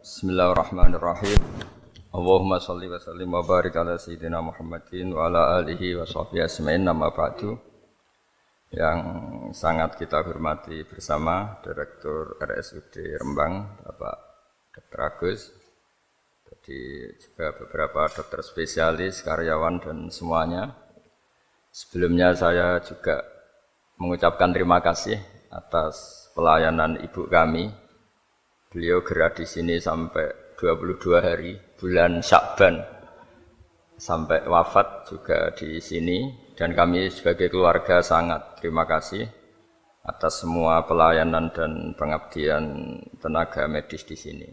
Bismillahirrahmanirrahim. Allahumma sholli wa sallim wa barik ala sayyidina Muhammadin wa ala alihi wa sahbihi ajmain. Amma ba'du. Yang sangat kita hormati bersama Direktur RSUD Rembang, Bapak Dr. Agus. Jadi juga beberapa dokter spesialis, karyawan dan semuanya. Sebelumnya saya juga mengucapkan terima kasih atas pelayanan ibu kami. Beliau gerak di sini sampai 22 hari, bulan Sya'ban, sampai wafat juga di sini. Dan kami sebagai keluarga sangat terima kasih atas semua pelayanan dan pengabdian tenaga medis di sini.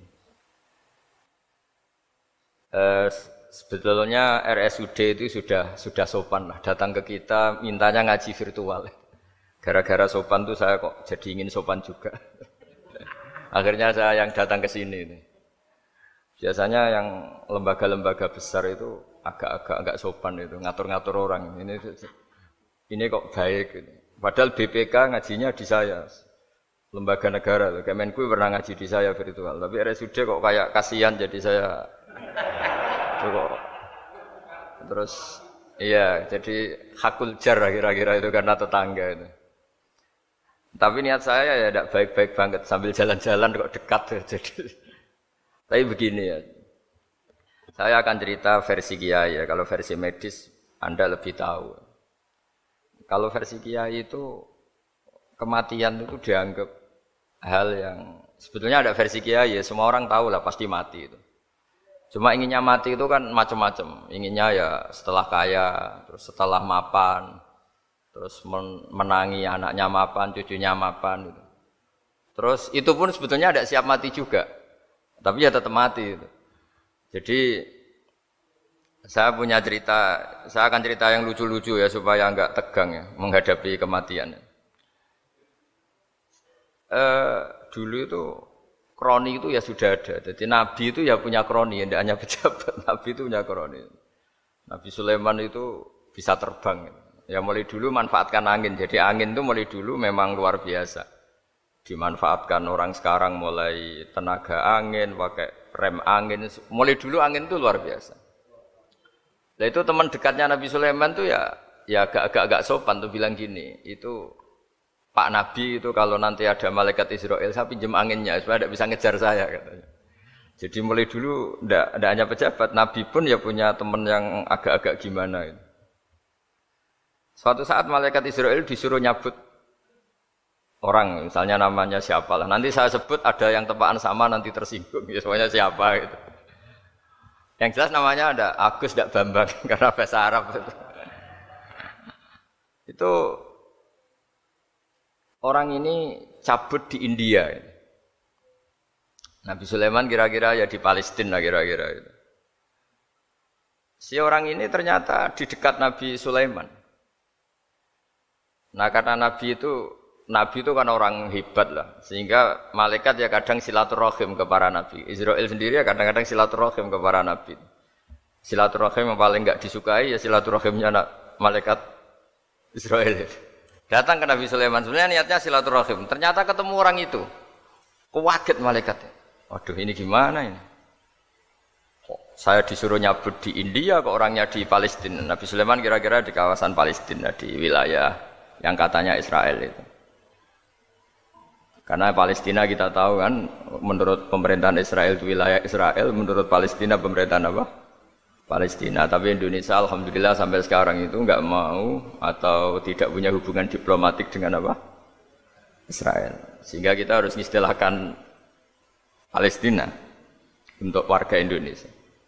Sebetulnya RSUD itu sudah sopan lah, datang ke kita mintanya ngaji virtual. Gara-gara sopan tuh saya kok jadi ingin sopan juga. Akhirnya saya yang datang ke sini. Biasanya yang lembaga-lembaga besar itu agak sopan itu, ngatur-ngatur orang. Ini kok baik. Gitu. Padahal BPK ngajinya di saya, lembaga negara. Kemenku pernah ngaji di saya virtual. Tapi RSUD kok kayak kasihan jadi saya. Terus, iya, jadi hakul jar kira-kira itu karena tetangga itu. Tapi niat saya ya tidak baik-baik banget sambil jalan-jalan kok dekat jadi. Tapi begini ya, saya akan cerita versi kiai ya. Kalau versi medis Anda lebih tahu. Kalau versi kiai itu kematian itu dianggap hal yang sebetulnya ada versi kiai ya. Semua orang tahu lah pasti mati itu. Cuma inginnya mati itu kan macam-macam. Inginnya ya setelah kaya, terus setelah mapan, terus menangi anaknya mapan, cucunya mapan gitu. Terus itu pun sebetulnya ada siap mati juga. Tapi ya tetap mati gitu. Jadi saya punya cerita, saya akan cerita yang lucu-lucu ya supaya enggak tegang ya menghadapi kematian. Dulu itu kroni itu ya sudah ada. Jadi Nabi itu ya punya kroni, tidak hanya pejabat. Nabi itu punya kroni. Nabi Sulaiman itu bisa terbang. Ya mulai dulu manfaatkan angin. Jadi angin itu mulai dulu memang luar biasa. Dimanfaatkan orang sekarang mulai tenaga angin, pakai rem angin. Mulai dulu angin itu luar biasa. Nah itu teman dekatnya Nabi Sulaiman tuh ya agak sopan tuh bilang gini. Itu Pak Nabi itu kalau nanti ada malaikat Israel, saya pinjam anginnya supaya tidak bisa ngejar saya katanya. Jadi mulai dulu tidak hanya pejabat, Nabi pun ya punya teman yang agak-agak gimana gitu. Suatu saat malaikat Israel disuruh nyabut orang, misalnya namanya siapalah. Nanti saya sebut ada yang tepaan sama nanti tersinggung, ya semuanya siapa gitu. Yang jelas namanya ada Agus tidak Bambang karena bahasa Arab itu. Itu orang ini cabut di India. Nabi Sulaiman kira-kira ya di Palestina kira-kira itu. Si orang ini ternyata di dekat Nabi Sulaiman. Nah karena Nabi itu kan orang hebat lah, sehingga malaikat ya kadang silaturahim ke para nabi. Israel sendiri ya kadang-kadang silaturahim ke para nabi. Silaturahim yang paling enggak disukai ya silaturahimnya malaikat Israel. Datang ke Nabi Sulaiman, sebenarnya niatnya silaturahim. Ternyata ketemu orang itu, kaget malaikatnya. Waduh ini gimana ini? Kok saya disuruh nyabut di India, kok orangnya di Palestina. Nabi Sulaiman kira-kira di kawasan Palestina, di wilayah yang katanya Israel itu. Karena Palestina kita tahu kan, menurut pemerintahan Israel itu wilayah Israel, menurut Palestina pemerintahan apa? Palestina. Tapi Indonesia alhamdulillah sampai sekarang itu enggak mau atau tidak punya hubungan diplomatik dengan apa? Israel. Sehingga kita harus mengistilahkan Palestina untuk warga Indonesia.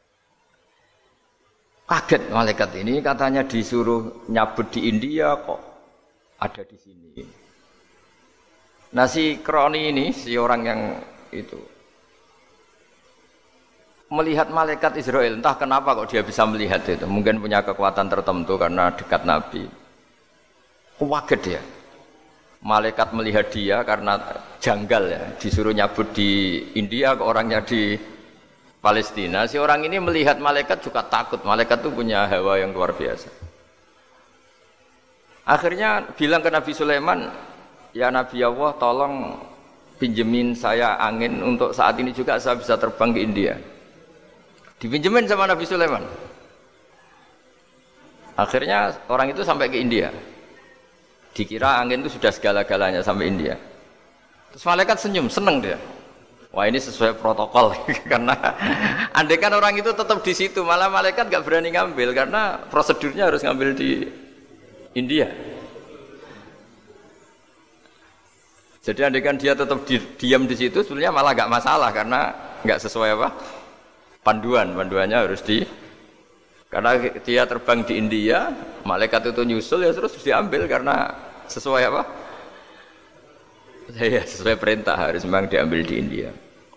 Kaget malaikat ini katanya disuruh nyabut di India kok ada di sini. Nah si kroni ini, si orang yang itu melihat malaikat Israel, entah kenapa kok dia bisa melihat itu. Mungkin punya kekuatan tertentu karena dekat Nabi. Kaget dia. Malaikat melihat dia karena janggal ya, disuruh nyabut di India kok orangnya di Palestina. Si orang ini melihat malaikat juga takut. Malaikat itu punya hawa yang luar biasa. Akhirnya bilang ke Nabi Sulaiman, ya Nabi Allah tolong pinjemin saya angin untuk saat ini juga saya bisa terbang ke India. Dipinjemin sama Nabi Sulaiman. Akhirnya orang itu sampai ke India. Dikira angin itu sudah segala-galanya sampai India. Terus malaikat senyum, seneng dia. Wah ini sesuai protokol karena andai kan orang itu tetap di situ malah malaikat nggak berani ngambil karena prosedurnya harus ngambil di India. Jadi andai kan dia tetap diam di situ sebenarnya malah nggak masalah karena nggak sesuai apa panduannya harus karena dia terbang di India malaikat itu nyusul ya terus diambil karena sesuai apa? Ya sesuai perintah harus memang diambil di India.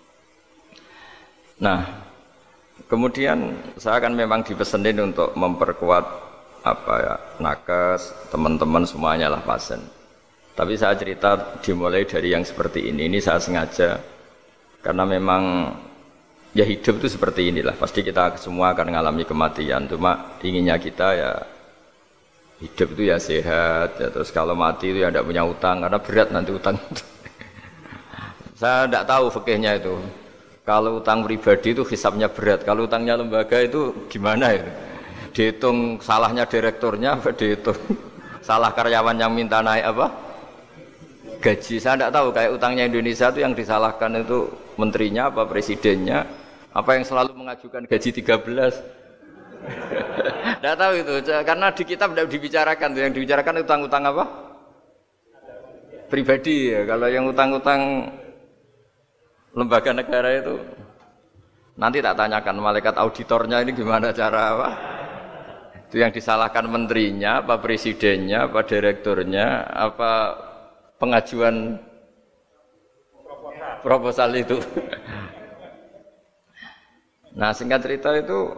Nah, kemudian saya kan memang dipesenin untuk memperkuat apa ya nakes teman-teman semuanya lah pasien. Tapi saya cerita dimulai dari yang seperti ini saya sengaja karena memang ya hidup itu seperti inilah. Pasti kita semua akan mengalami kematian. Cuma inginnya kita ya hidup itu ya sehat ya terus kalau mati itu ya tidak punya utang karena berat nanti utang. Saya tidak tahu fikihnya itu. Kalau utang pribadi itu hisabnya berat, kalau utangnya lembaga itu gimana itu? Dihitung salahnya direkturnya, apa dihitung salah karyawan yang minta naik apa? Gaji. Saya tidak tahu kayak utangnya Indonesia itu yang disalahkan itu menterinya apa presidennya, apa yang selalu mengajukan gaji 13. Tidak tahu itu, karena di kitab tidak dibicarakan, yang dibicarakan utang-utang apa? Pribadi ya, kalau yang utang-utang lembaga negara itu nanti tak tanyakan malaikat auditornya ini gimana cara apa itu yang disalahkan menterinya apa presidennya apa direkturnya apa pengajuan proposal itu. Nah singkat cerita itu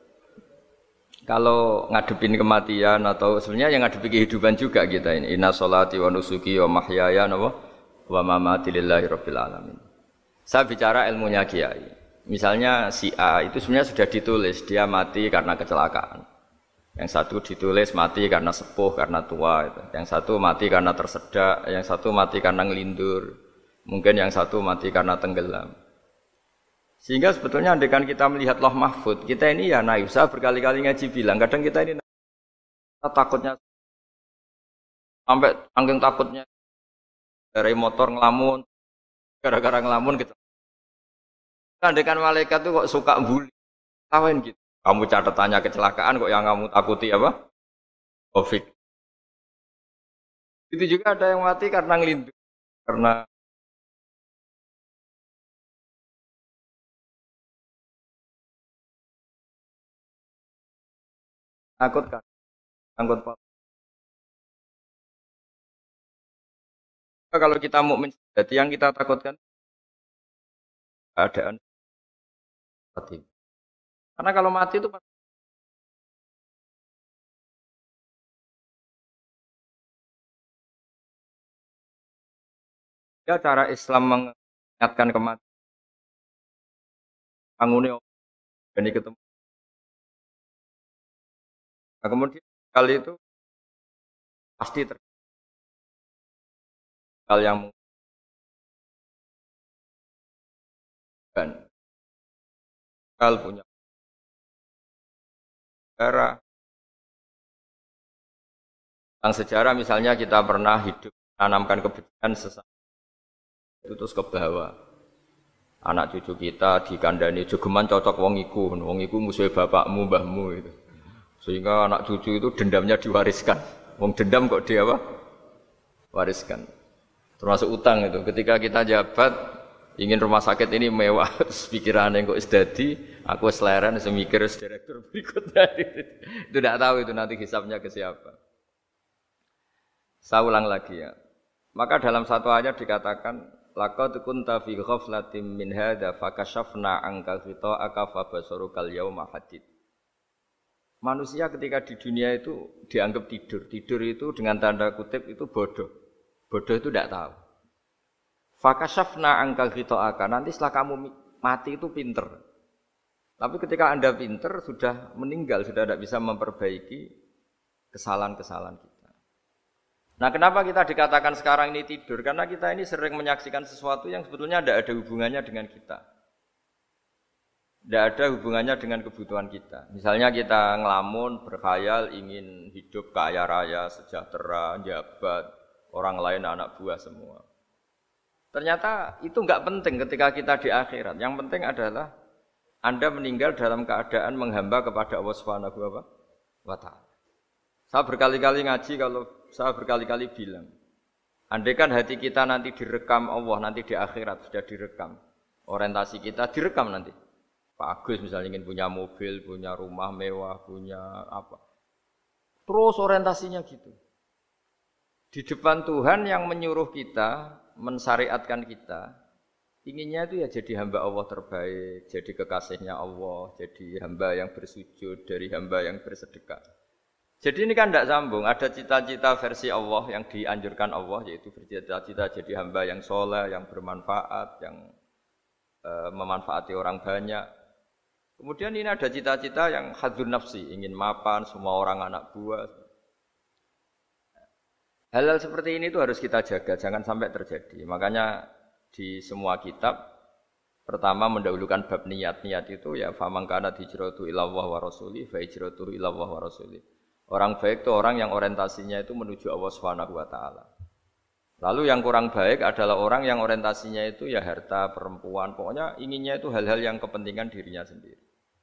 kalau ngadepin kematian atau sebenarnya yang ngadepi kehidupan juga kita ini inna sholati wa nusuki wa mahyaya wa mamati lillahi rabbil alamin. Saya bicara ilmunya kiai. Misalnya si A itu sebenarnya sudah ditulis dia mati karena kecelakaan. Yang satu ditulis mati karena sepuh, karena tua. Yang satu mati karena tersedak. Yang satu mati karena ngelindur. Mungkin yang satu mati karena tenggelam. Sehingga sebetulnya andaikan kita melihat Lauh Mahfud, kita ini ya naif. Saya berkali-kali ngaji bilang, kadang kita ini takutnya sampai angking takutnya dari motor ngelamun. Gara-gara ngelamun gitu. Andaikan malaikat itu kok suka bully, kawan gitu. Kamu catatannya kecelakaan kok yang kamu takuti apa? Covid. Itu juga ada yang mati karena ngelindur, karena takut kan, takut apa? Kalau kita mukmin, jadi yang kita takutkan keadaan mati. Karena kalau mati itu ya cara Islam mengingatkan kematian. Bangunnya ini ketemu. Nah, kemudian kali itu pasti hal yang mungkin hal punya sejarah. Tentang sejarah misalnya kita pernah hidup menanamkan kebencian sesama itu terus ke bawah. Anak cucu kita dikandani jogeman cocok wong iku musuh bapakmu, mbahmu itu. Sehingga anak cucu itu dendamnya diwariskan. Wong dendam kok dia apa? Wariskan. Termasuk utang itu. Ketika kita jabat ingin rumah sakit ini mewah, pikirannya kok sedadi, aku seleren semikir direktur berikutnya. Itu tidak tahu itu nanti hisabnya ke siapa. Saya ulang lagi ya. Maka dalam satu ayat dikatakan laqad kunta fi ghaflatin min hadza fakashafna anka ghita'aka fabasarukal yauma hadid. Manusia ketika di dunia itu dianggap tidur. Tidur itu dengan tanda kutip itu bodoh. Bodoh itu tidak tahu. Fakashafna anka ghita'aka. Nanti setelah kamu mati itu pinter. Tapi ketika Anda pinter sudah meninggal, sudah tidak bisa memperbaiki kesalahan-kesalahan kita. Nah, kenapa kita dikatakan sekarang ini tidur? Karena kita ini sering menyaksikan sesuatu yang sebetulnya tidak ada hubungannya dengan kita. Tidak ada hubungannya dengan kebutuhan kita. Misalnya kita ngelamun, berkhayal, ingin hidup kaya raya, sejahtera, jabat, orang lain anak buah semua. Ternyata itu enggak penting ketika kita di akhirat. Yang penting adalah Anda meninggal dalam keadaan menghamba kepada Allah Subhanahu wa Ta'ala. Saya berkali-kali ngaji, kalau saya berkali-kali bilang, andai kan hati kita nanti direkam Allah, nanti di akhirat sudah direkam. Orientasi kita direkam nanti. Pak Agus misalnya ingin punya mobil, punya rumah mewah, punya apa. Terus orientasinya gitu. Di depan Tuhan yang menyuruh kita, mensyariatkan kita, inginnya itu ya jadi hamba Allah terbaik, jadi kekasihnya Allah, jadi hamba yang bersujud, dari hamba yang bersedekah. Jadi ini kan tidak sambung, ada cita-cita versi Allah yang dianjurkan Allah, yaitu bercita-cita jadi hamba yang soleh, yang bermanfaat, yang memanfaati orang banyak. Kemudian ini ada cita-cita yang hadzun nafsi, ingin mapan, semua orang anak buah. Hal-hal seperti ini itu harus kita jaga, jangan sampai terjadi. Makanya di semua kitab, pertama mendahulukan bab niat. Niat itu ya faman kana hijratuhu ilallah wa rasuli fa hijratuhu ilallah wa rasuli. Orang baik itu orang yang orientasinya itu menuju Allah Subhanahu wa Ta'ala. Lalu yang kurang baik adalah orang yang orientasinya itu ya harta, perempuan, pokoknya inginnya itu hal-hal yang kepentingan dirinya sendiri.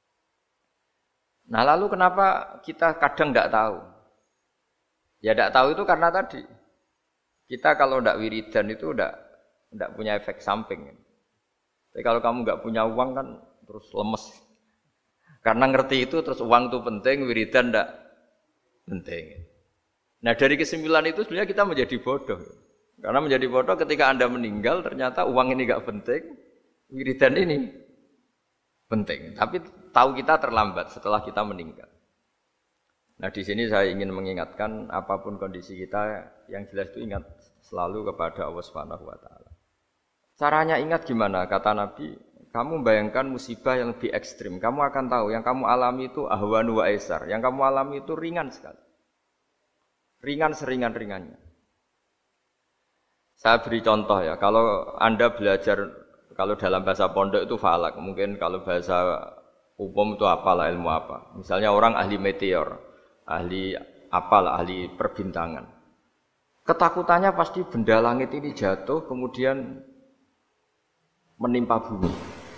Nah lalu kenapa kita kadang tidak tahu? Ya tidak tahu itu karena tadi kita kalau tidak wiridan itu tidak punya efek samping. Tapi kalau kamu tidak punya uang kan terus lemes. Karena ngerti itu terus uang itu penting, wiridan tidak penting. Nah dari kesimpulan itu sebenarnya kita menjadi bodoh. Karena menjadi bodoh ketika Anda meninggal ternyata uang ini tidak penting, wiridan ini penting. Tapi tahu kita terlambat setelah kita meninggal. Nah di sini saya ingin mengingatkan apapun kondisi kita yang jelas itu ingat selalu kepada Allah Subhanahu wa Ta'ala. Caranya ingat gimana? Kata Nabi, kamu bayangkan musibah yang lebih ekstrim, kamu akan tahu yang kamu alami itu ahwanu wa aisar, yang kamu alami itu ringan sekali. Ringan seringan-ringannya. Saya beri contoh ya, kalau Anda belajar, kalau dalam bahasa pondok itu falak, mungkin kalau bahasa umum itu apalah ilmu apa. Misalnya orang ahli meteor, ahli apalah, ahli perbintangan. Ketakutannya pasti benda langit ini jatuh kemudian menimpa bumi.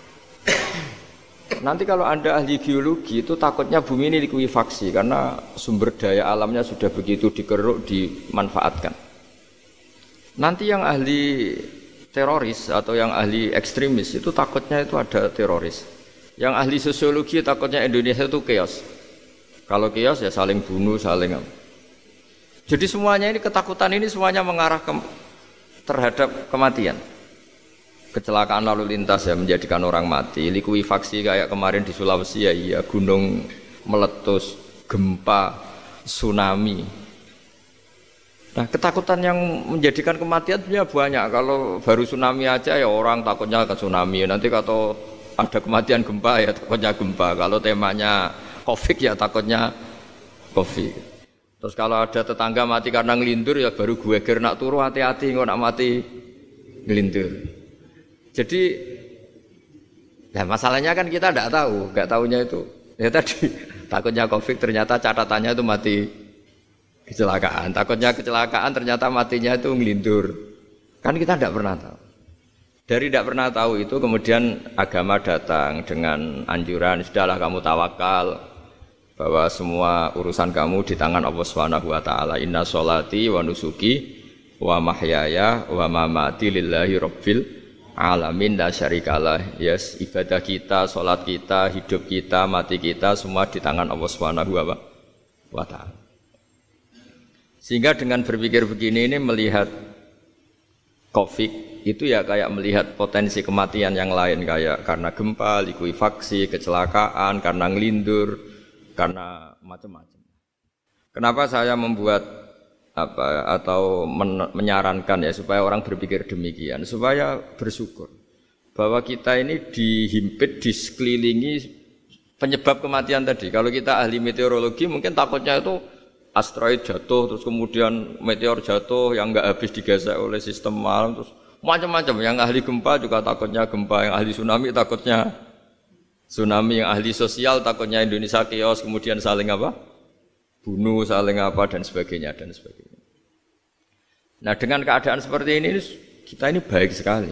Nanti kalau Anda ahli geologi itu takutnya bumi ini likuifaksi karena sumber daya alamnya sudah begitu dikeruk, dimanfaatkan. Nanti yang ahli teroris atau yang ahli ekstremis itu takutnya itu ada teroris. Yang ahli sosiologi takutnya Indonesia itu chaos. Kalau chaos ya saling bunuh, saling. Jadi semuanya ini ketakutan ini semuanya mengarah terhadap kematian. Kecelakaan lalu lintas ya menjadikan orang mati, likuifaksi kayak kemarin di Sulawesi ya iya, gunung meletus, gempa, tsunami. Nah ketakutan yang menjadikan kematian sebenarnya banyak. Kalau baru tsunami aja ya orang takutnya ke tsunami. Nanti kalau ada kematian gempa ya takutnya gempa. Kalau temanya Covid ya takutnya Covid. Terus kalau ada tetangga mati karena ngelindur ya baru gue ger nak turu hati-hati nggak nak mati ngelindur. Jadi, nah masalahnya kan kita tidak tahu, nggak tahunya itu. Ya tadi takutnya Covid ternyata catatannya itu mati kecelakaan. Takutnya kecelakaan ternyata matinya itu ngelindur. Kan kita tidak pernah tahu. Dari tidak pernah tahu itu kemudian agama datang dengan anjuran sudahlah kamu tawakal bahwa semua urusan kamu di tangan Allah Subhanahu wa Ta'ala. Inna sholati wa nusuki wa mahyaya wa mamati lillahi rabbil alamin la syarikalah. Yes, ibadah kita, sholat kita, hidup kita, mati kita semua di tangan Allah Subhanahu wa Ta'ala. Sehingga dengan berpikir begini ini melihat Covid itu ya kayak melihat potensi kematian yang lain kayak karena gempa, likuifaksi, kecelakaan, karena ngelindur, karena macam-macam. Kenapa saya membuat atau menyarankan ya supaya orang berpikir demikian, supaya bersyukur bahwa kita ini dihimpit, disekelilingi penyebab kematian tadi. Kalau kita ahli meteorologi mungkin takutnya itu asteroid jatuh, terus kemudian meteor jatuh yang nggak habis digesek oleh sistem alam, terus macam-macam. Yang ahli gempa juga takutnya gempa, yang ahli tsunami takutnya tsunami, yang ahli sosial takutnya Indonesia chaos, kemudian saling apa? Bunuh, saling apa dan sebagainya dan sebagainya. Nah, dengan keadaan seperti ini kita ini baik sekali.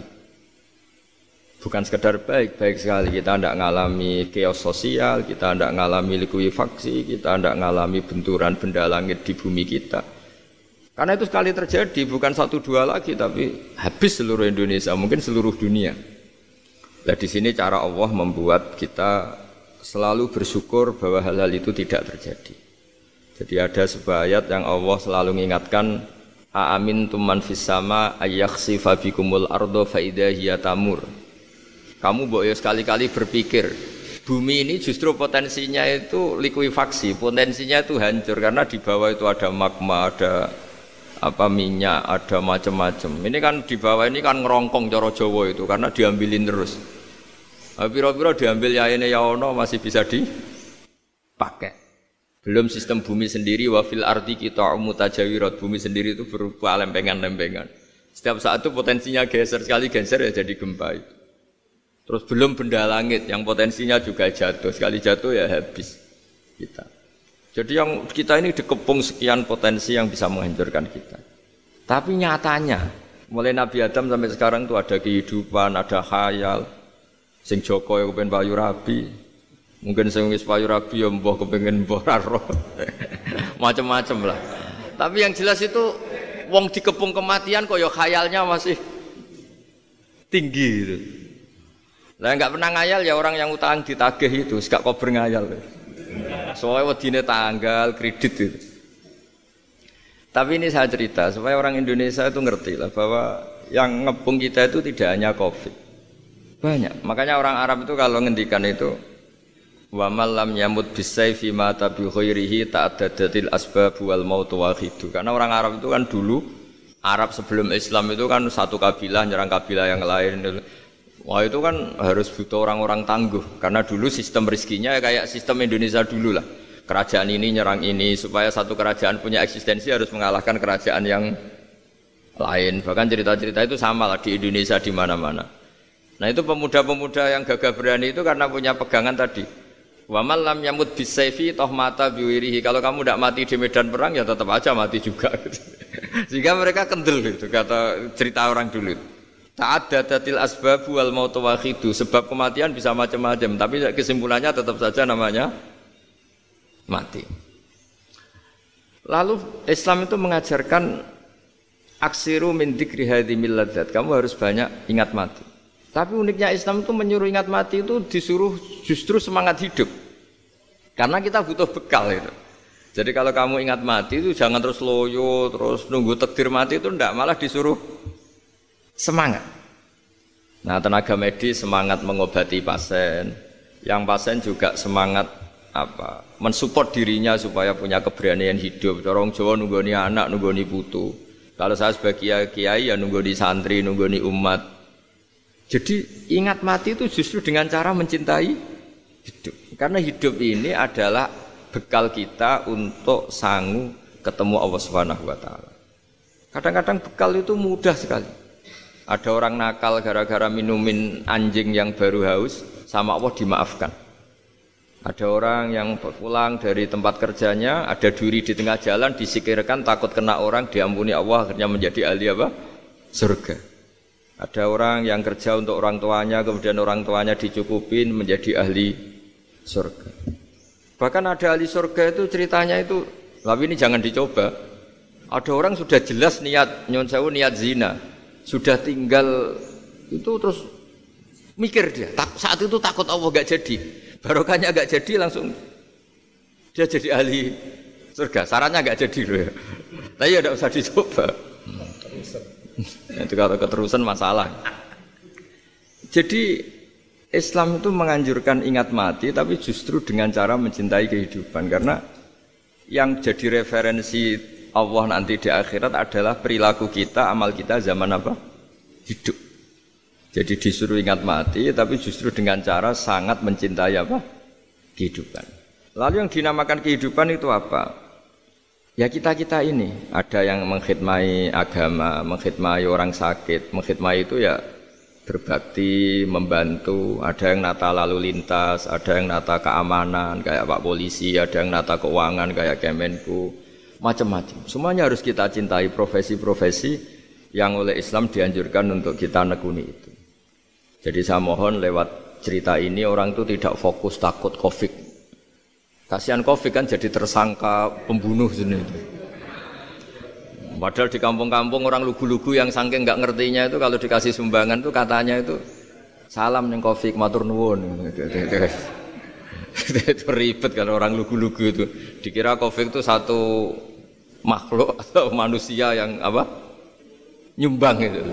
Bukan sekedar baik, baik sekali. Kita tidak mengalami chaos sosial, kita tidak mengalami likuifaksi, kita tidak mengalami benturan benda langit di bumi kita. Karena itu sekali terjadi, bukan 1-2 lagi, tapi habis seluruh Indonesia, mungkin seluruh dunia. Nah, di sini cara Allah membuat kita selalu bersyukur bahwa hal-hal itu tidak terjadi. Jadi ada sebuah ayat yang Allah selalu mengingatkan, Aamintum man fis sama ayakhsifa bikumul ardo fa idza hiya tamur. Kamu mbok ya sekali-kali berpikir, bumi ini justru potensinya itu likuifaksi, potensinya itu hancur karena di bawah itu ada magma, ada apa minyak, ada macam-macam. Ini kan di bawah ini kan ngerongkong cara Jawa itu karena diambilin terus. Piro-piro diambil yaene ya ono masih bisa dipakai. Belum sistem bumi sendiri, wafil ardi kita mutajawirat, bumi sendiri itu berupa lempengan-lempengan. Setiap saat itu potensinya geser, sekali geser ya jadi gempa itu. Terus belum benda langit yang potensinya juga jatuh, sekali jatuh ya habis kita. Jadi yang kita ini dikepung sekian potensi yang bisa menghancurkan kita. Tapi nyatanya, mulai Nabi Adam sampai sekarang itu ada kehidupan, ada khayal. Sing Joko yang kepengen payu rabi. Mungkin sing wis payu rabi ya mbah kepengin mbah ora macam-macam lah. Tapi yang jelas itu wong dikepung kematian kok ya khayalnya masih tinggi gitu. Lah enggak pernah ngayal ya orang yang utang ditagih itu, gak kober ngayal. Soalnya wedine tanggal kredit itu. Tapi ini saya cerita supaya orang Indonesia itu ngerti lah bahwa yang ngepung kita itu tidak hanya Covid. Banyak. Makanya orang Arab itu kalau ngendikan itu wa man lam yamut bisayfi mata bi khairihi ta'addadatil asbab wal maut wahidu. Karena orang Arab itu kan dulu Arab sebelum Islam itu kan satu kabilah nyerang kabilah yang lain. Wah itu kan harus butuh orang-orang tangguh karena dulu sistem rezekinya kayak sistem Indonesia dulu lah. Kerajaan ini nyerang ini supaya satu kerajaan punya eksistensi harus mengalahkan kerajaan yang lain. Bahkan cerita-cerita itu sama lah di Indonesia di mana-mana. Nah itu pemuda-pemuda yang gagah berani itu karena punya pegangan tadi. Wa man lam yamut bisayfi toh mata biwirihi. Kalau kamu tidak mati di medan perang ya tetap aja mati juga gitu. Sehingga mereka kendel gitu kata cerita orang dulu. Ta'addadatil asbab wal maut wahidu. Sebab kematian bisa macam-macam, tapi kesimpulannya tetap saja namanya mati. Lalu Islam itu mengajarkan aksiru min dzikri hadhimil ladzat. Kamu harus banyak ingat mati. Tapi uniknya Islam itu menyuruh ingat mati itu disuruh justru semangat hidup. Karena kita butuh bekal itu. Jadi kalau kamu ingat mati itu jangan terus loyo, terus nunggu takdir mati itu enggak, malah disuruh semangat. Nah, tenaga medis semangat mengobati pasien. Yang pasien juga semangat apa? Mensupport dirinya supaya punya keberanian hidup. Orang Jawa nunggoni anak, nunggoni putu. Kalau saya sebagai kiai ya nunggoni santri, nunggoni umat. Jadi ingat mati itu justru dengan cara mencintai hidup. Karena hidup ini adalah bekal kita untuk sanggup ketemu Allah Subhanahu wa taala. Kadang-kadang bekal itu mudah sekali. Ada orang nakal gara-gara minumin anjing yang baru haus, sama Allah dimaafkan. Ada orang yang pulang dari tempat kerjanya, ada duri di tengah jalan, disikirkan takut kena orang, diampuni Allah, akhirnya menjadi ahli apa? Surga. Ada orang yang kerja untuk orang tuanya, kemudian orang tuanya dicukupin menjadi ahli surga. Bahkan ada ahli surga itu ceritanya itu, tapi ini jangan dicoba. Ada orang sudah jelas niat, nyon sewu niat zina, sudah tinggal itu terus mikir dia. Saat itu takut Allah gak jadi, barokahnya gak jadi langsung dia jadi ahli surga. Sarannya gak jadi loh ya. Tapi ya tidak usah dicoba. Itu kalau keterusan masalah. Jadi Islam itu menganjurkan ingat mati, tapi justru dengan cara mencintai kehidupan. Karena yang jadi referensi Allah nanti di akhirat adalah perilaku kita, amal kita zaman apa? Hidup. Jadi disuruh ingat mati, tapi justru dengan cara sangat mencintai apa? Kehidupan. Lalu yang dinamakan kehidupan itu apa? Ya kita-kita ini ada yang mengkhidmati agama, mengkhidmati orang sakit, mengkhidmati itu ya berbakti, membantu, ada yang nata lalu lintas, ada yang nata keamanan kayak Pak Polisi, ada yang nata keuangan kayak Kemenku, macam-macam. Semuanya harus kita cintai, profesi-profesi yang oleh Islam dianjurkan untuk kita nekuni itu. Jadi saya mohon lewat cerita ini orang itu tidak fokus takut Covid. Kasihan Covid kan jadi tersangka pembunuh sini. Padahal di kampung-kampung orang lugu-lugu yang saking nggak ngertinya itu kalau dikasih sumbangan itu katanya itu salam ning Covid matur nuwun. Itu ribet kalau orang lugu-lugu itu. Dikira Covid itu satu makhluk atau manusia yang apa? Nyumbang itu.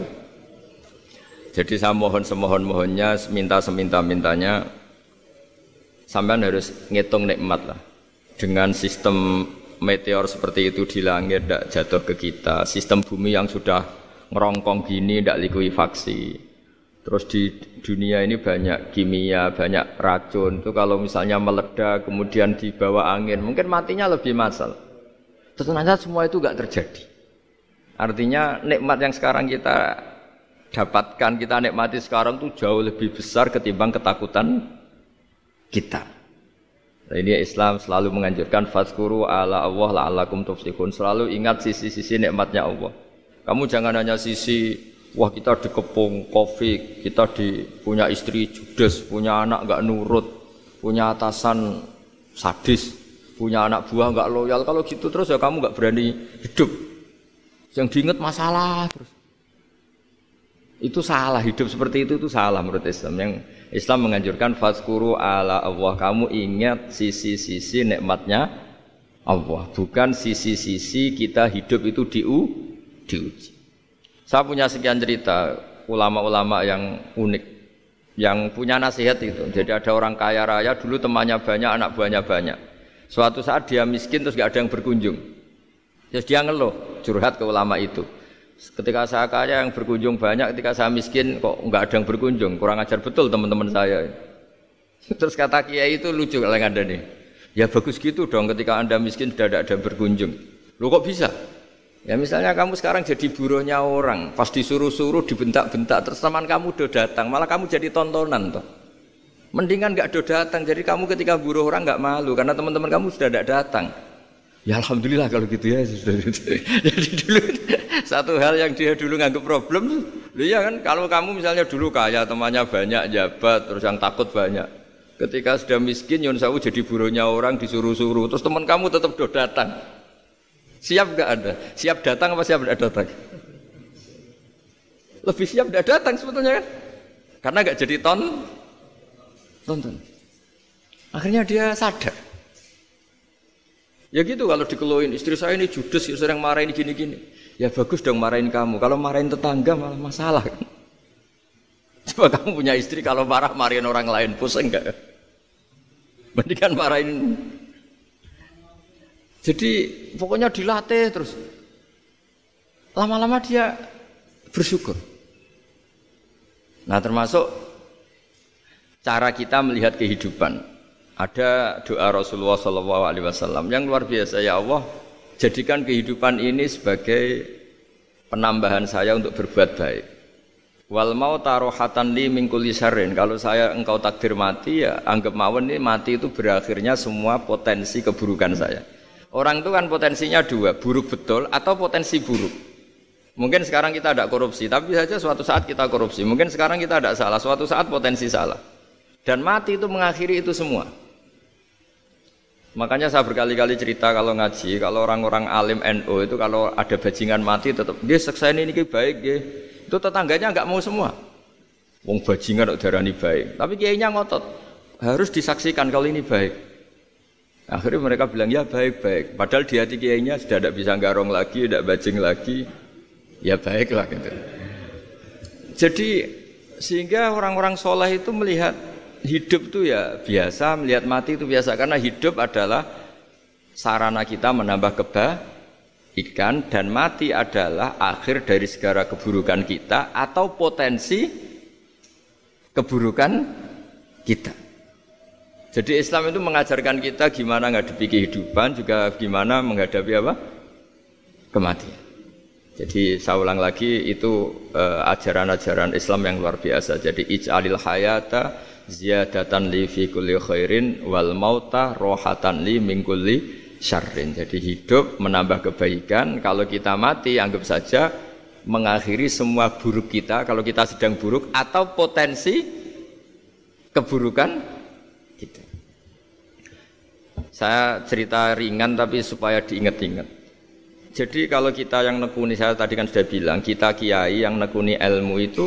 Jadi saya mohon semohon-mohonnya, minta seminta-mintanya sampean harus ngitung nikmat lah. Dengan sistem meteor seperti itu di langit tidak jatuh ke kita, sistem bumi yang sudah ngerongkong gini tidak likuifaksi. Terus di dunia ini banyak kimia, banyak racun. Itu kalau misalnya meledak kemudian dibawa angin, mungkin matinya lebih massal. Ternyata semua itu enggak terjadi. Artinya nikmat yang sekarang kita dapatkan, kita nikmati sekarang itu jauh lebih besar ketimbang ketakutan kita. Nah, ini Islam selalu menganjurkan fazkuru ala Allah la'allakum tuflihun. Selalu ingat sisi-sisi nikmatnya Allah. Kamu jangan hanya sisi wah kita dikepung Covid, kita punya istri judes, punya anak enggak nurut, punya atasan sadis, punya anak buah enggak loyal. Kalau gitu terus ya kamu enggak berani hidup. Yang diingat masalah terus. Itu salah, hidup seperti itu salah menurut Islam. Yang Islam menganjurkan fazkuru ala Allah, kamu ingat sisi-sisi nikmatnya Allah, bukan sisi-sisi kita hidup itu diuji. Saya punya sekian cerita ulama-ulama yang unik, yang punya nasihat itu. Jadi ada orang kaya raya dulu temannya banyak, anak buahnya banyak. Suatu saat dia miskin terus gak ada yang berkunjung. Terus dia ngeluh, curhat ke ulama itu. Ketika saya kaya yang berkunjung banyak, ketika saya miskin kok enggak ada yang berkunjung, kurang ajar betul teman-teman saya. Terus kata kiai itu lucu kalau ada nih. Ya bagus gitu dong ketika Anda miskin sudah ada yang berkunjung. Loh kok bisa? Ya misalnya kamu sekarang jadi buruhnya orang, pas disuruh-suruh dibentak-bentak, terus teman kamu udah datang, malah kamu jadi tontonan toh. Mendingan enggak do datang, jadi kamu ketika buruh orang enggak malu karena teman-teman kamu sudah tidak datang. Ya alhamdulillah kalau gitu ya. Jadi dulu satu hal yang dia dulu nganggap problem, ya kan kalau kamu misalnya dulu kaya, temannya banyak, jabat, terus yang takut banyak. Ketika sudah miskin, Yun Sawu jadi buruhnya orang disuruh-suruh, terus teman kamu tetap do datang. Siap enggak Anda? Siap datang apa siap enggak datang? Lebih siap enggak datang sebetulnya kan? Karena enggak jadi tonton. Akhirnya dia sadar. Ya gitu kalau dikeluhin istri saya ini judes, sering marahin gini-gini. Ya bagus dong marahin kamu. Kalau marahin tetangga malah masalah kan. Coba kamu punya istri kalau marah marahin orang lain, pusing enggak? Mendingan marahin. Jadi pokoknya dilatih terus. Lama-lama dia bersyukur. Nah termasuk cara kita melihat kehidupan. Ada doa Rasulullah SAW yang luar biasa. Ya Allah, jadikan kehidupan ini sebagai penambahan saya untuk berbuat baik. Wal mau tarohatan li min kulli syarrin. Kalau engkau takdir mati, ya anggap mawon ini mati itu berakhirnya semua potensi keburukan saya. Orang itu kan potensinya dua, buruk betul atau potensi buruk. Mungkin sekarang kita ada korupsi, tapi saja suatu saat kita korupsi. Mungkin sekarang kita ada salah, suatu saat potensi salah. Dan mati itu mengakhiri itu semua. Makanya saya berkali-kali cerita kalau ngaji, kalau orang-orang alim NU itu kalau ada bajingan mati tetap dia seksain ini baik dia. Itu tetangganya enggak mau semua. Wong bajingan kok darani baik. Tapi kiainya ngotot. Harus disaksikan kalau ini baik. Akhirnya mereka bilang ya baik-baik. Padahal di hati kiainya sudah tidak bisa garong lagi, tidak bajing lagi. Ya baiklah gitu. Jadi sehingga orang-orang soleh itu melihat hidup itu ya biasa, melihat mati itu biasa. Karena hidup adalah sarana kita menambah kebaikan dan mati adalah akhir dari segala keburukan kita atau potensi keburukan kita. Jadi Islam itu mengajarkan kita gimana menghadapi kehidupan, juga gimana menghadapi apa? Kematian. Jadi saya ulang lagi, itu ajaran-ajaran Islam yang luar biasa. Jadi ij'alil hayata ziyadatan li fi kulli khairin wal mauta rohatan li min kulli syarrin. Jadi hidup menambah kebaikan, kalau kita mati anggap saja mengakhiri semua buruk kita kalau kita sedang buruk atau potensi keburukan kita. Saya cerita ringan tapi supaya diingat-ingat. Jadi kalau kita yang nekuni, saya tadi kan sudah bilang, kita kiai yang nekuni ilmu itu,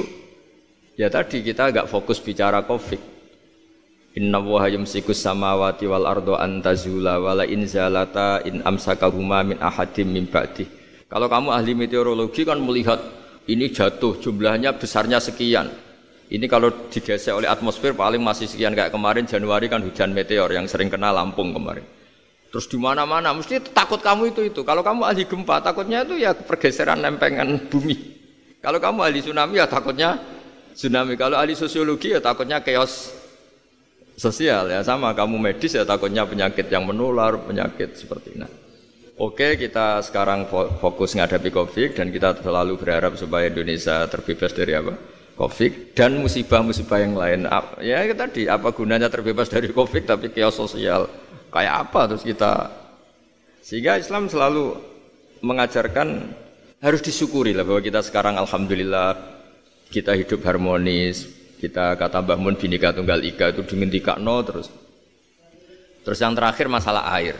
ya tadi kita agak fokus bicara Covid. Inna Allaha yumsikus samawati wal ardo an tazula wala in zalata in amsakahuma min ahadim min ba'dih. Kalau kamu ahli meteorologi kan melihat ini jatuh jumlahnya besarnya sekian. Ini kalau digesek oleh atmosfer paling masih sekian, kayak kemarin Januari kan hujan meteor yang sering kena Lampung kemarin. Terus di mana-mana mesti takut kamu itu. Kalau kamu ahli gempa takutnya itu ya pergeseran lempengan bumi. Kalau kamu ahli tsunami ya takutnya tsunami. Kalau ahli sosiologi ya takutnya chaos sosial ya, sama kamu medis ya takutnya penyakit yang menular, penyakit seperti ini. Oke, kita sekarang fokus menghadapi Covid dan kita selalu berharap supaya Indonesia terbebas dari apa? Covid dan musibah-musibah yang lain. Ya tadi apa gunanya terbebas dari Covid tapi chaos sosial kayak apa terus kita. Sehingga Islam selalu mengajarkan harus disyukuri lah bahwa kita sekarang alhamdulillah kita hidup harmonis. Kita kata Mbah Mun Bhinneka Tunggal Ika itu dingendikakno terus. Terus yang terakhir masalah air.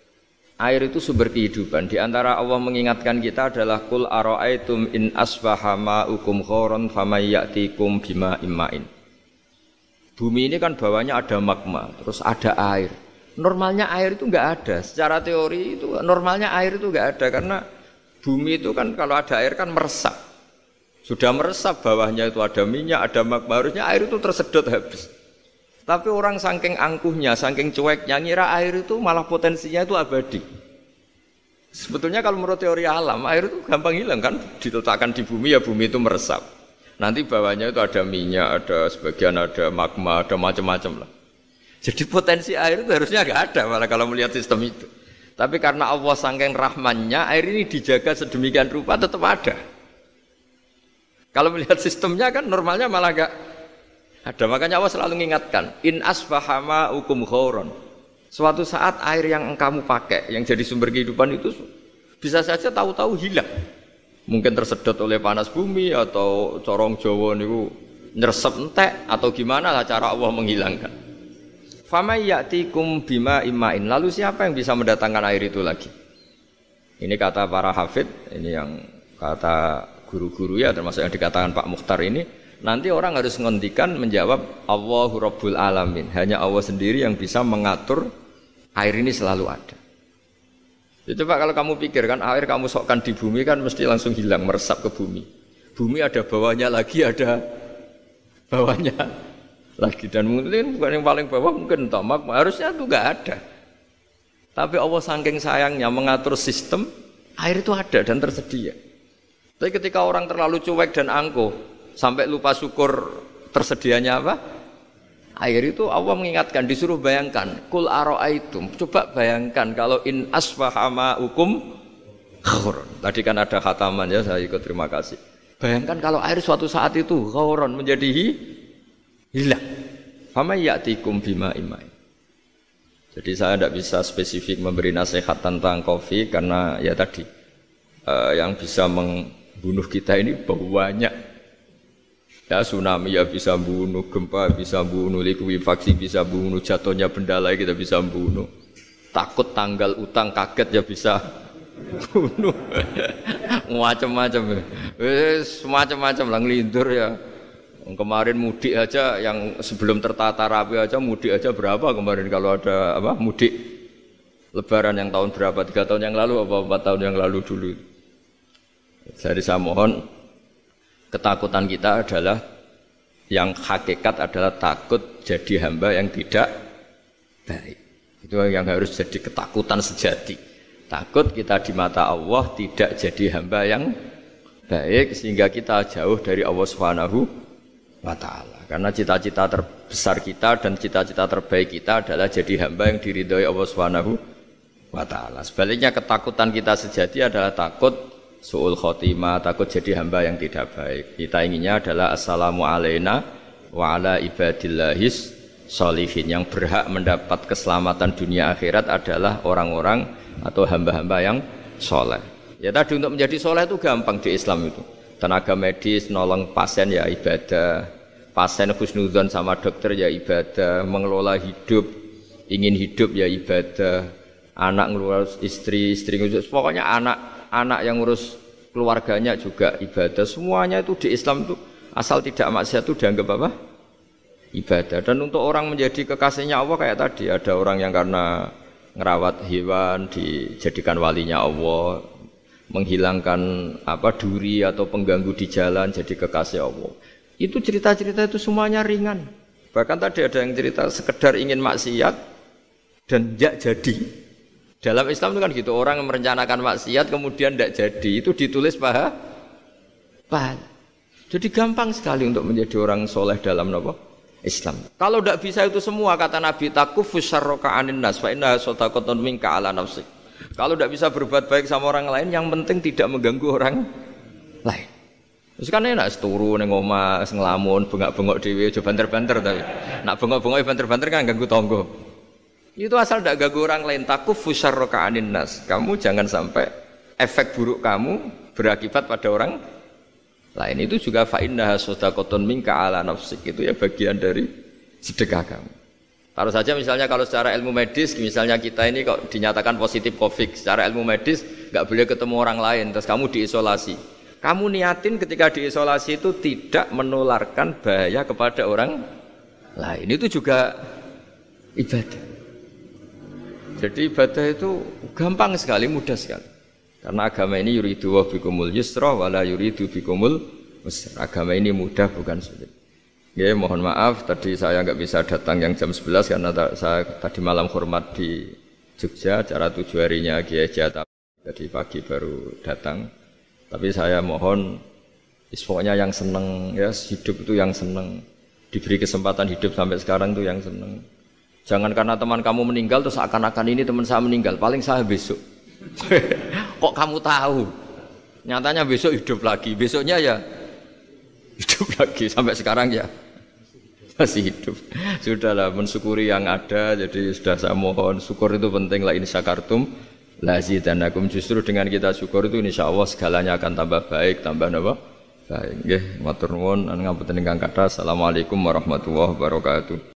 Air itu sumber kehidupan. Di antara Allah mengingatkan kita adalah qul ara'aitum in asbaha ma'ukum ghauran famay ya'tikum bima'in ma'in. Bumi ini kan bawahnya ada magma, terus ada air. Normalnya air itu enggak ada. Secara teori itu normalnya air itu enggak ada karena bumi itu kan kalau ada air kan meresap. Sudah meresap bawahnya itu ada minyak, ada magma, harusnya air itu tersedot habis. Tapi orang saking angkuhnya, saking cueknya ngira air itu malah potensinya itu abadi. Sebetulnya kalau menurut teori alam, air itu gampang hilang kan, diletakkan di bumi ya bumi itu meresap. Nanti bawahnya itu ada minyak, ada sebagian ada magma, ada macam-macam lah. Jadi potensi air itu harusnya nggak ada malah kalau melihat sistem itu. Tapi karena Allah saking rahmannya, air ini dijaga sedemikian rupa tetap ada. Kalau melihat sistemnya kan normalnya malah nggak ada. Makanya Allah selalu mengingatkan, in asbaha ma'ukum ghauran. Suatu saat air yang kamu pakai, yang jadi sumber kehidupan itu bisa saja tahu-tahu hilang. Mungkin tersedot oleh panas bumi atau corong Jawa niku nyeresep entek atau gimana lah cara Allah menghilangkan. Famay ya'tikum bima'in ma'in. Lalu siapa yang bisa mendatangkan air itu lagi? Ini kata para hafidh, ini yang kata guru-guru ya, termasuk yang dikatakan Pak Mukhtar ini. Nanti orang harus ngendikan menjawab Allahu Rabbul Alamin. Hanya Allah sendiri yang bisa mengatur air ini selalu ada. Ya, coba kalau kamu pikir kan air kamu sokkan di bumi kan mesti langsung hilang, meresap ke bumi. Bumi ada bawahnya lagi, ada bawahnya lagi. Dan mungkin bukan yang paling bawah mungkin magma. Harusnya itu enggak ada. Tapi Allah saking sayangnya mengatur sistem, air itu ada dan tersedia. Tapi ketika orang terlalu cuek dan angkuh sampai lupa syukur tersedianya apa? Air itu Allah mengingatkan, disuruh bayangkan, kul ara'aitum, coba bayangkan kalau in asbaha ma'ukum ghauran. Tadi kan ada khataman ya, saya ikut terima kasih. Bayangkan kalau air suatu saat itu ghauran menjadi hilang. Fama ya'tikum bima'in ma'in. Jadi saya tidak bisa spesifik memberi nasihat tentang kopi karena ya tadi yang bisa membunuh kita ini banyak. Ya tsunami ya bisa bunuh, gempa bisa bunuh, likuifaksi bisa bunuh, jatuhnya benda lain kita bisa bunuh. Takut tanggal utang kaget ya bisa bunuh. Macam-macam. Semacam-macam lah ngelindur ya. Kemarin mudik aja yang sebelum tertata rapi aja mudik aja berapa kemarin kalau ada apa mudik lebaran yang tahun berapa 3 tahun yang lalu apa 4 tahun yang lalu dulu. Jadi saya mohon ketakutan kita adalah yang hakikat adalah takut jadi hamba yang tidak baik. Itu yang harus jadi ketakutan sejati. Takut kita di mata Allah tidak jadi hamba yang baik sehingga kita jauh dari Allah Subhanahu wa ta'ala. Karena cita-cita terbesar kita dan cita-cita terbaik kita adalah jadi hamba yang diridhoi Allah Subhanahu wa ta'ala. Sebaliknya ketakutan kita sejati adalah takut su'ul khotimah, takut jadi hamba yang tidak baik. Kita inginnya adalah assalamu alaina wa ala ibadillahis sholihin. Yang berhak mendapat keselamatan dunia akhirat adalah orang-orang atau hamba-hamba yang soleh. Ya tadi untuk menjadi soleh itu gampang di Islam itu. Tenaga medis, nolong pasien ya ibadah, pasien husnudzon sama dokter ya ibadah, mengelola hidup, ingin hidup ya ibadah, anak ngurus istri, istri ngurus, pokoknya anak yang ngurus keluarganya juga ibadah. Semuanya itu di Islam itu asal tidak maksiat itu dianggap apa? Ibadah. Dan untuk orang menjadi kekasihnya Allah kayak tadi, ada orang yang karena ngerawat hewan dijadikan walinya Allah, menghilangkan duri atau pengganggu di jalan jadi kekasih Allah. Itu cerita-cerita itu semuanya ringan. Bahkan tadi ada yang cerita sekedar ingin maksiat dan tidak jadi. Dalam Islam itu kan gitu, orang merencanakan maksiat kemudian tidak jadi, itu ditulis pahala. Jadi gampang sekali untuk menjadi orang soleh dalam Islam. Kalau tidak bisa itu semua, kata Nabi, takufus syarroka anin nas fa innaha shadaqatun minka ala nafsik. Kalau tidak bisa berbuat baik sama orang lain, yang penting tidak mengganggu orang lain. Terus kan enak turu ning omah ngelamun, bengak-bengok dhewe aja banter-banter tapi. Nak bengok-bengok banter-banter kan ganggu tangga. Itu asal tidak ganggu orang lain. Takufus syarroka anin nas. Kamu jangan sampai efek buruk kamu berakibat pada orang lain. Itu juga fa innaha shadaqatun minka ala nafsik. Itu ya bagian dari sedekah kamu. Taruh saja misalnya kalau secara ilmu medis, misalnya kita ini kok dinyatakan positif COVID, secara ilmu medis nggak boleh ketemu orang lain, terus kamu diisolasi. Kamu niatin ketika diisolasi itu tidak menularkan bahaya kepada orang lain. Itu juga ibadah. Jadi ibadah itu gampang sekali, mudah sekali. Karena agama ini yuridu wa bikumul yusra wala yuridu bikumul usra. Agama ini mudah bukan sulit. Ya, mohon maaf tadi saya nggak bisa datang yang jam 11 karena saya tadi malam hormat di Jogja, acara 7 harinya Kiai Jata. Jadi pagi baru datang. Tapi saya mohon pokoknya yang seneng ya, hidup itu yang seneng. Diberi kesempatan hidup sampai sekarang itu yang seneng. Jangan karena teman kamu meninggal terus akan-akan ini teman saya meninggal, paling saya besok. Kok kamu tahu? Nyatanya besok hidup lagi, besoknya ya hidup lagi sampai sekarang ya masih hidup. Sudahlah mensyukuri yang ada. Jadi sudah saya mohon syukur itu penting. La in syakartum lazidanakum. Justru dengan kita syukur itu insyaallah segalanya akan tambah baik, tambah baik. Nggih, matur nuwun ngapunten ingkang kathah. Assalamualaikum warahmatullahi wabarakatuh.